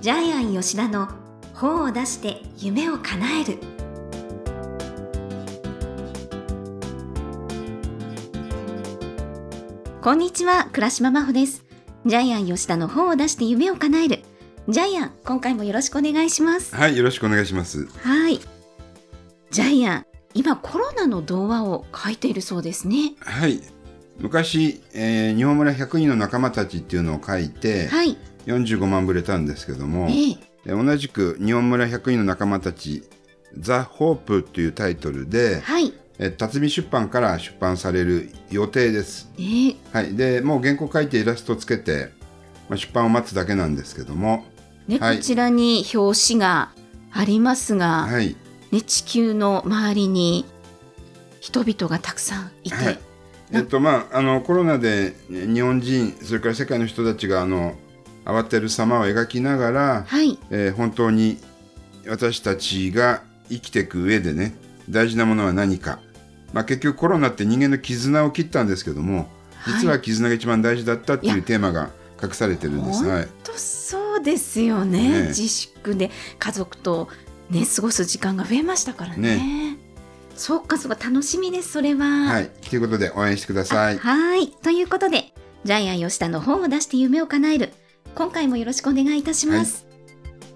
ジャイアン吉田の本を出して夢を叶える。こんにちは、倉島真帆です。ジャイアン吉田の本を出して夢を叶える。ジャイアン、今回もよろしくお願いします。 はい、よろしくお願いします。 はい。ジャイアン、今コロナの童話を書いているそうですね。 はい。昔、日本村100人の仲間たちっていうのを書いて、 はい。 45万部売れたんですけども、同じく日本村100人の仲間たち、ザ・ホープというタイトルで、 はい。 辰巳出版から出版される予定です。はい。で、もう原稿書いてイラストつけて、出版を待つだけなんですけども、 ね、はい、こちらに表紙がありますが、 はい、 ね、地球の周りに人々がたくさんいて、はい、 コロナで日本人それから世界の人たちが慌てる様を描きながら、 はい、 本当に私たちが生きていく上でね、大事なものは何か、結局コロナって人間の絆を切ったんですけども、実は絆が一番大事だったっていうテーマが隠されてるんです。 本当そうですよ ね。自粛で家族と、ね、過ごす時間が増えましたからね。そうか楽しみです、それは。 はい、ということで応援してください。 はい、ということでジャイアン吉田の本を出して夢を叶える、今回もよろしくお願いいたします。はい、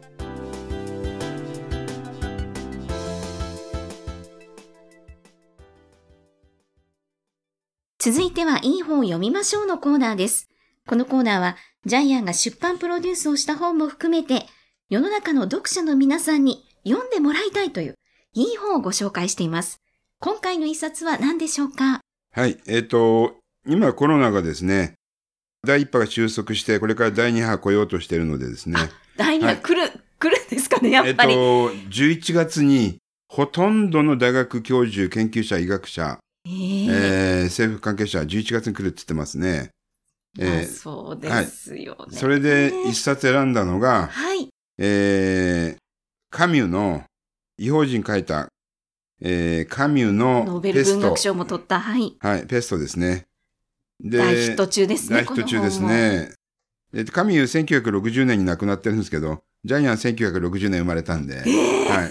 続いてはいい本を読みましょうのコーナーです。このコーナーはジャイアンが出版プロデュースをした本も含めて、世の中の読者の皆さんに読んでもらいたいといういい本をご紹介しています。今回の一冊は何でしょうか？ はい、今コロナがですね、第1波が収束してこれから第2波来ようとしているのでですね。 第2波来るんですかね、やっぱり。 11月にほとんどの大学教授、研究者、医学者、政府関係者11月に来るって言ってますね。 そうですよね。 はい、それで一冊選んだのが、 はい、 カミュの異邦人書いた、カミュのノーベル文学賞も取った、はい、 ペストですね。で、 大ヒット中ですね。 大ヒット中ですね。カミュ1960年に亡くなってるんですけど、ジャイアン1960年生まれたんで、はい、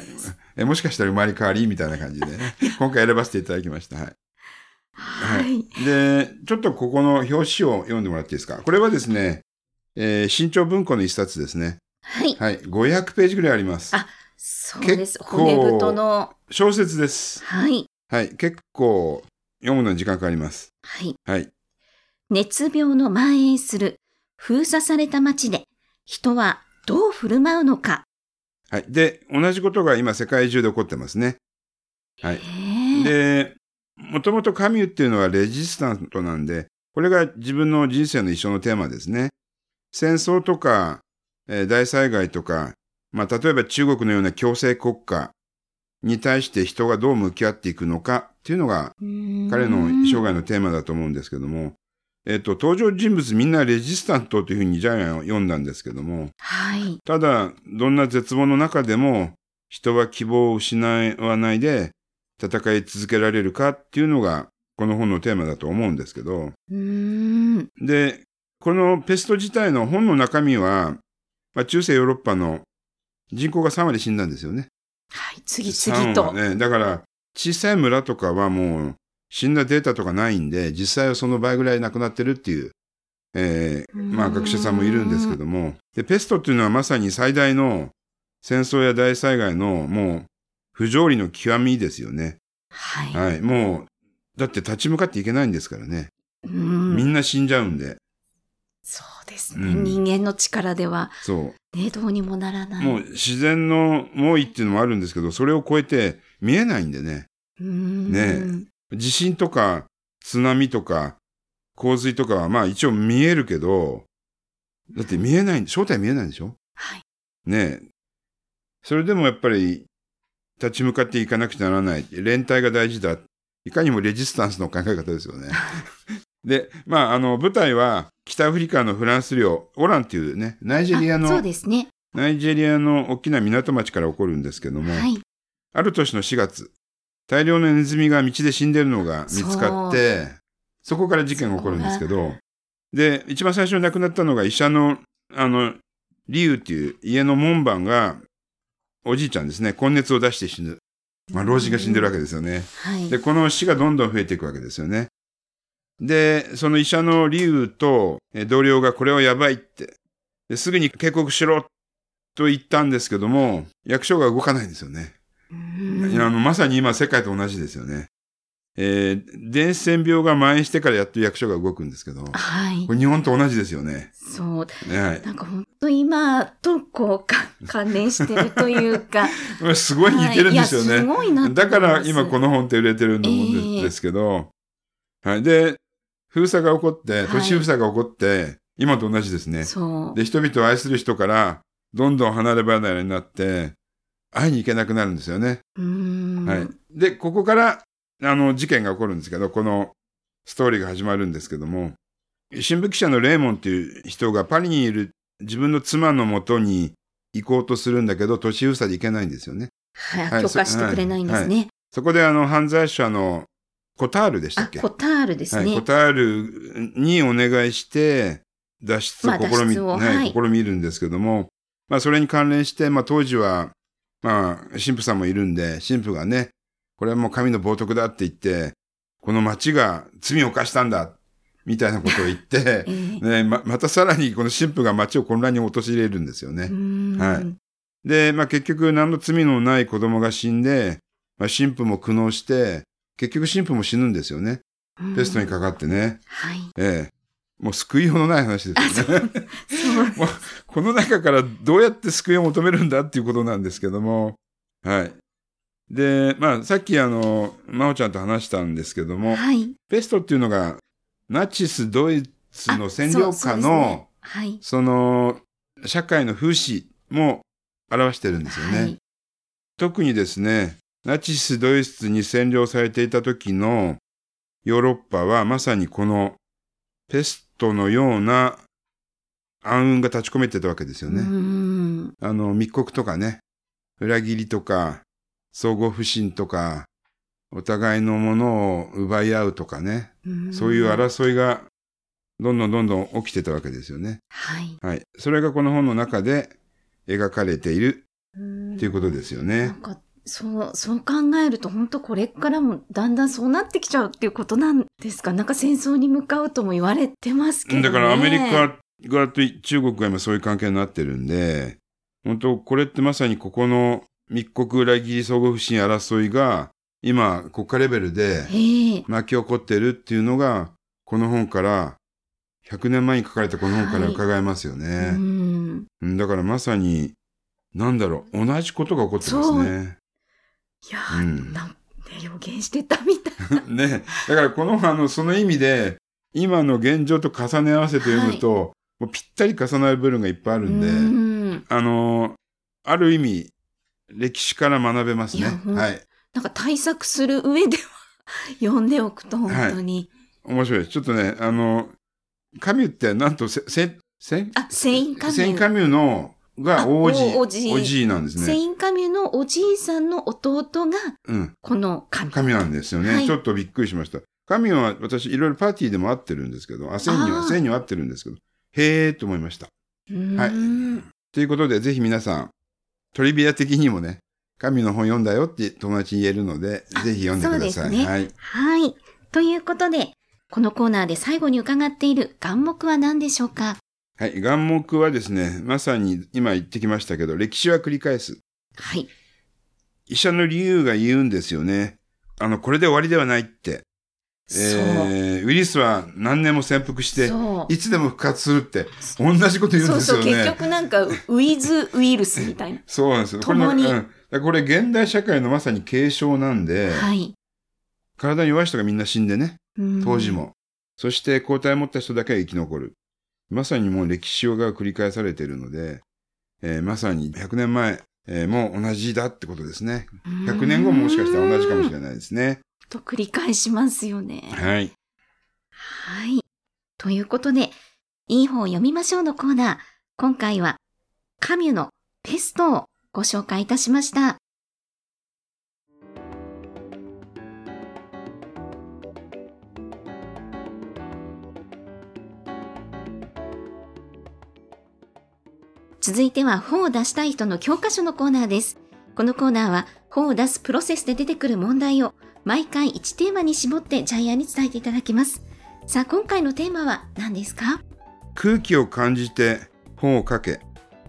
もしかしたら生まれ変わりみたいな感じで、今回選ばせていただきました。はい。 はい。 で、ちょっとここの表紙を読んでもらっていいですか。これはですね、新潮文庫の一冊ですね。 はい。 はい。500ページぐらいあります。 そうです。骨太の小説です。 はい。 はい。結構読むのに時間かかります。 はい。 はい。 熱病の蔓延する封鎖された街で人はどう振る舞うのか。 はい。で、同じことが今世界中で起こってますね。はい。で、もともとカミュっていうのはレジスタントなんで、これが自分の人生の一生のテーマですね。戦争とか、大災害とか、例えば中国のような強制国家に対して人がどう向き合っていくのかっていうのが彼の生涯のテーマだと思うんですけども、登場人物みんなレジスタントというふうにジャイアンを読んだんですけども、 はい、 ただどんな絶望の中でも人は希望を失わないで戦い続けられるかっていうのがこの本のテーマだと思うんですけど、で、このペスト自体の本の中身は、中世ヨーロッパの人口が3割死んだんですよね。 はい、次々と。 ね、だから小さい村とかはもう死んだデータとかないんで、実際はその倍ぐらい亡くなってるっていう、学者さんもいるんですけども、でペストっていうのはまさに最大の戦争や大災害のもう不条理の極みですよね。 はい。 はい。もう、だって立ち向かっていけないんですからね。みんな死んじゃうんで。 そうですね。人間の力では、 そう。 ね、どうにもならない。 もう自然の猛威っていうのもあるんですけど、それを超えて見えないんでね。ね。地震とか津波とか洪水とかは一応見えるけど、だって見えない、正体見えないでしょ？ はい。 ね。それでもやっぱり立ち向かっていかなくちゃならない。連帯が大事だ。いかにもレジスタンスの考え方ですよね。で、舞台は北アフリカのフランス領、オランっていうね、ナイジェリアの、 そうですね。 ナイジェリアの大きな港町から起こるんですけども、はい、ある年の4月、大量のネズミが道で死んでるのが見つかって、そこから事件が起こるんですけど、で、一番最初に亡くなったのが医者の、 リュウっていう家の門番が、おじいちゃんですね、根熱を出して死ぬ。老人が死んでるわけですよね。 はい。 で、この死がどんどん増えていくわけですよね。で、その医者のリュウと同僚がこれはやばいって、すぐに警告しろと言ったんですけども、役所が動かないんですよね。まさに今世界と同じですよね。伝染病が蔓延してからやっと役所が動くんですけど、 はい。 これ日本と同じですよね。 そう。 はい。 なんか本当今と関連してるというか。 すごい似てるんですよね。 はい、いや、すごいなと思います。 だから今この本って売れてると思うんですけど、はい。で、封鎖が起こって、都市封鎖が起こって、今と同じですね。 そう。 で、人々を愛する人からどんどん離れ離れになって、会いに行けなくなるんですよね。はい。で、ここから、事件が起こるんですけど、このストーリーが始まるんですけども、新聞記者のレーモンっていう人がパリにいる自分の妻の元に行こうとするんだけど、都市封鎖で行けないんですよね。 はい。許可してくれないんですね。はい、 そこで犯罪者のコタールでしたっけ？ コタールですね。 はい、コタールにお願いして、脱出を試みるんですけども、それに関連して、当時は、神父さんもいるんで、神父がね、これはもう神の冒涜だって言って、この町が罪を犯したんだ、みたいなことを言って、ね、またさらにこの神父が町を混乱に陥れるんですよね。はい。で、結局何の罪のない子供が死んで、神父も苦悩して、結局神父も死ぬんですよね。ペストにかかってね。 はい。 もう救いようのない話ですよね。もうこの中からどうやって救いを求めるんだっていうことなんですけども。はい。で、さっき真帆ちゃんと話したんですけども、 はい、 ペストっていうのがナチスドイツの占領下の、その社会の風刺も表してるんですよね。はい、特にですね、ナチスドイツに占領されていた時のヨーロッパはまさにこのペストのような暗雲が立ち込めてたわけですよね。密告とかね、裏切りとか、相互不信とか、お互いのものを奪い合うとかね、そういう争いがどんどん起きてたわけですよね。 はい。 はい。それがこの本の中で描かれているっていうことですよね。 なんかそう考えると本当これからもだんだんそうなってきちゃうっていうことなんですか？なんか戦争に向かうとも言われてますけどね。 だからアメリカ側と中国が今そういう関係になってるんで、本当これってまさにここの密告裏切り相互不信争いが今国家レベルで巻き起こってるっていうのがこの本から100年前に書かれたこの本から伺えますよね。だからまさに同じことが起こってますね。 いや予言してたみたいな。 ね。だからこのその意味で今の現状と重ね合わせて読むと、もうぴったり重なる部分がいっぱいあるんで、ある意味歴史から学べますね。はい。 なんか対策する上では読んでおくと本当に、 面白いです。ちょっとね、カミュってなんとセインカミュのがおじいなんですね。 セインカミュのおじいさんの弟が、このカミュなんですよね、はい。ちょっとびっくりしました。カミュは私いろいろパーティーでも会ってるんですけど、セインには会ってるんですけど、へーと思いました。はい。ということで、ぜひ皆さん、トリビア的にもね、カミュの本読んだよって友達に言えるので、ぜひ読んでください。 そうですね。はい。はい。ということで、このコーナーで最後に伺っている眼目は何でしょうか？ はい。眼目はですね、まさに今言ってきましたけど、歴史は繰り返す。 はい。 医者の理由が言うんですよね。これで終わりではないって。ウイルスは何年も潜伏して、いつでも復活するって、同じこと言うんですよね。 結局なんか、ウィズウイルスみたいな。 そうなんですよ。共に。これ現代社会のまさに継承なんで、はい、体に弱い人がみんな死んでね、当時も。そして抗体を持った人だけが生き残る。まさにもう歴史が繰り返されているので、まさに100年前、も同じだってことですね。100年後ももしかしたら同じかもしれないですね。 と繰り返しますよね。 はい。 はい。ということで、いい本を読みましょうのコーナー。今回は、カミュのペストをご紹介いたしました。 続いては本を出したい人の教科書のコーナーです。このコーナーは本を出すプロセスで出てくる問題を毎回1テーマに絞ってジャイアンに伝えていただきます。さあ、今回のテーマは何ですか？ 空気を感じて本を書け。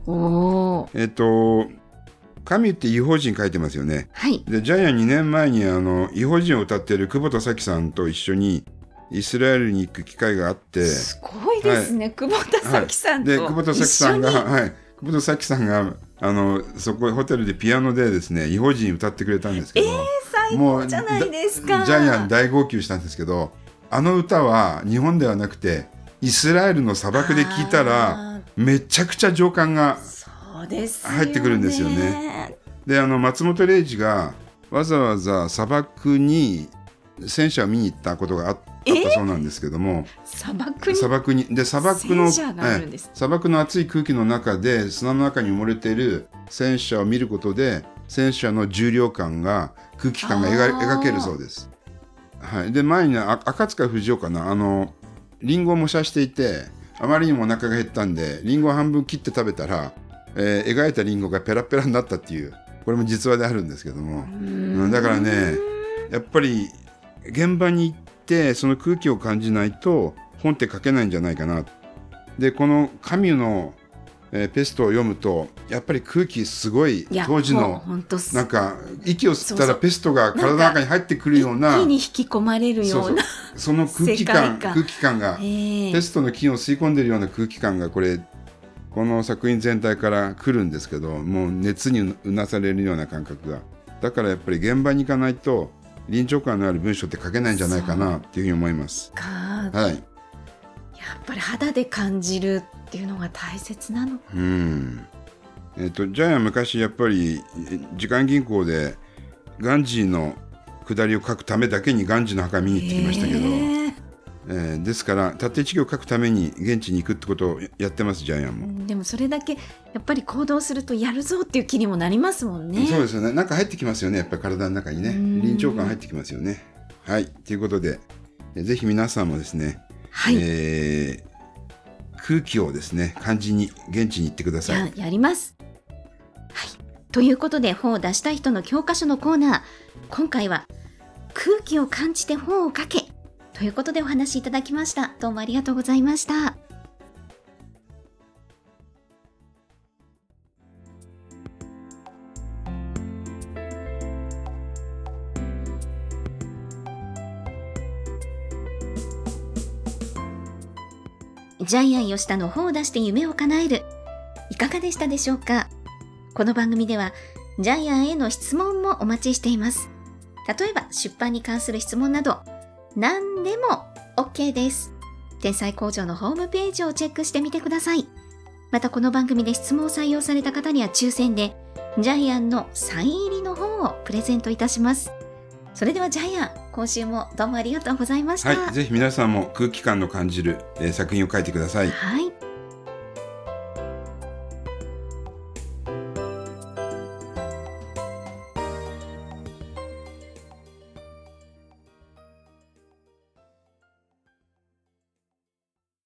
カミュって異邦人書いてますよね。 はい。 でジャイアン2年前に異邦人を歌っている久保田早紀さんと一緒にイスラエルに行く機会があって、 すごいですね、久保田早紀さんと一緒に。 で久保田早紀さんがそこホテルでピアノでですね異邦人歌ってくれたんですけど、 最高じゃないですか。 ジャイアン大号泣したんですけど、あの歌は日本ではなくてイスラエルの砂漠で聴いたらめちゃくちゃ情感が入ってくるんですよね。で松本零士がわざわざ砂漠に戦車を見に行ったことがあったそうなんですけども、 砂漠の熱い空気の中で砂の中に埋もれている戦車を見ることで戦車の重量感が空気感が描けるそうです。はい、で前に赤塚不二夫かなリンゴを模写していて、あまりにもお腹が減ったんでリンゴを半分切って食べたら、描いたリンゴがペラペラになったっていう、これも実話であるんですけども、だからねやっぱり現場に行ってその空気を感じないと本って書けないんじゃないかな。でこのカミュの、ペストを読むとやっぱり空気すごい当時のなんか息を吸ったらペストが体の中に入ってくるような、 一気に引き込まれるようなその空気感がペストの菌を吸い込んでるような空気感がこの作品全体から来るんですけど、もう熱にうなされるような感覚が、だからやっぱり現場に行かないと臨場感のある文章って書けないんじゃないかなっていうふうに思います。はい、 やっぱり肌で感じるっていうのが大切なの。 ジャイアン昔やっぱり時間銀行でガンジーの下りを書くためだけにガンジーの墓見に行ってきましたけど、ですからたった1行書くために現地に行くってことをやってます、ジャイアンも。 でもそれだけやっぱり行動するとやるぞっていう気にもなりますもんね。 そうですよね。なんか入ってきますよね、やっぱり体の中にね臨場感入ってきますよね。はい、ということでぜひ皆さんもですね、 はい、 空気をですね感じに現地に行ってください。 やります。はい、ということで本を出したい人の教科書のコーナー、今回は空気を感じて本を書けということでお話しいただきました。どうもありがとうございました。ジャイアン吉田の本を出して夢を叶える、いかがでしたでしょうか？この番組ではジャイアンへの質問もお待ちしています。例えば出版に関する質問など何でも OK です。天才工場のホームページをチェックしてみてください。またこの番組で質問を採用された方には抽選でジャイアンのサイン入りの本をプレゼントいたします。それではジャイアン、今週もどうもありがとうございました。 はい、ぜひ皆さんも空気感の感じる、作品を書いてください。 はい。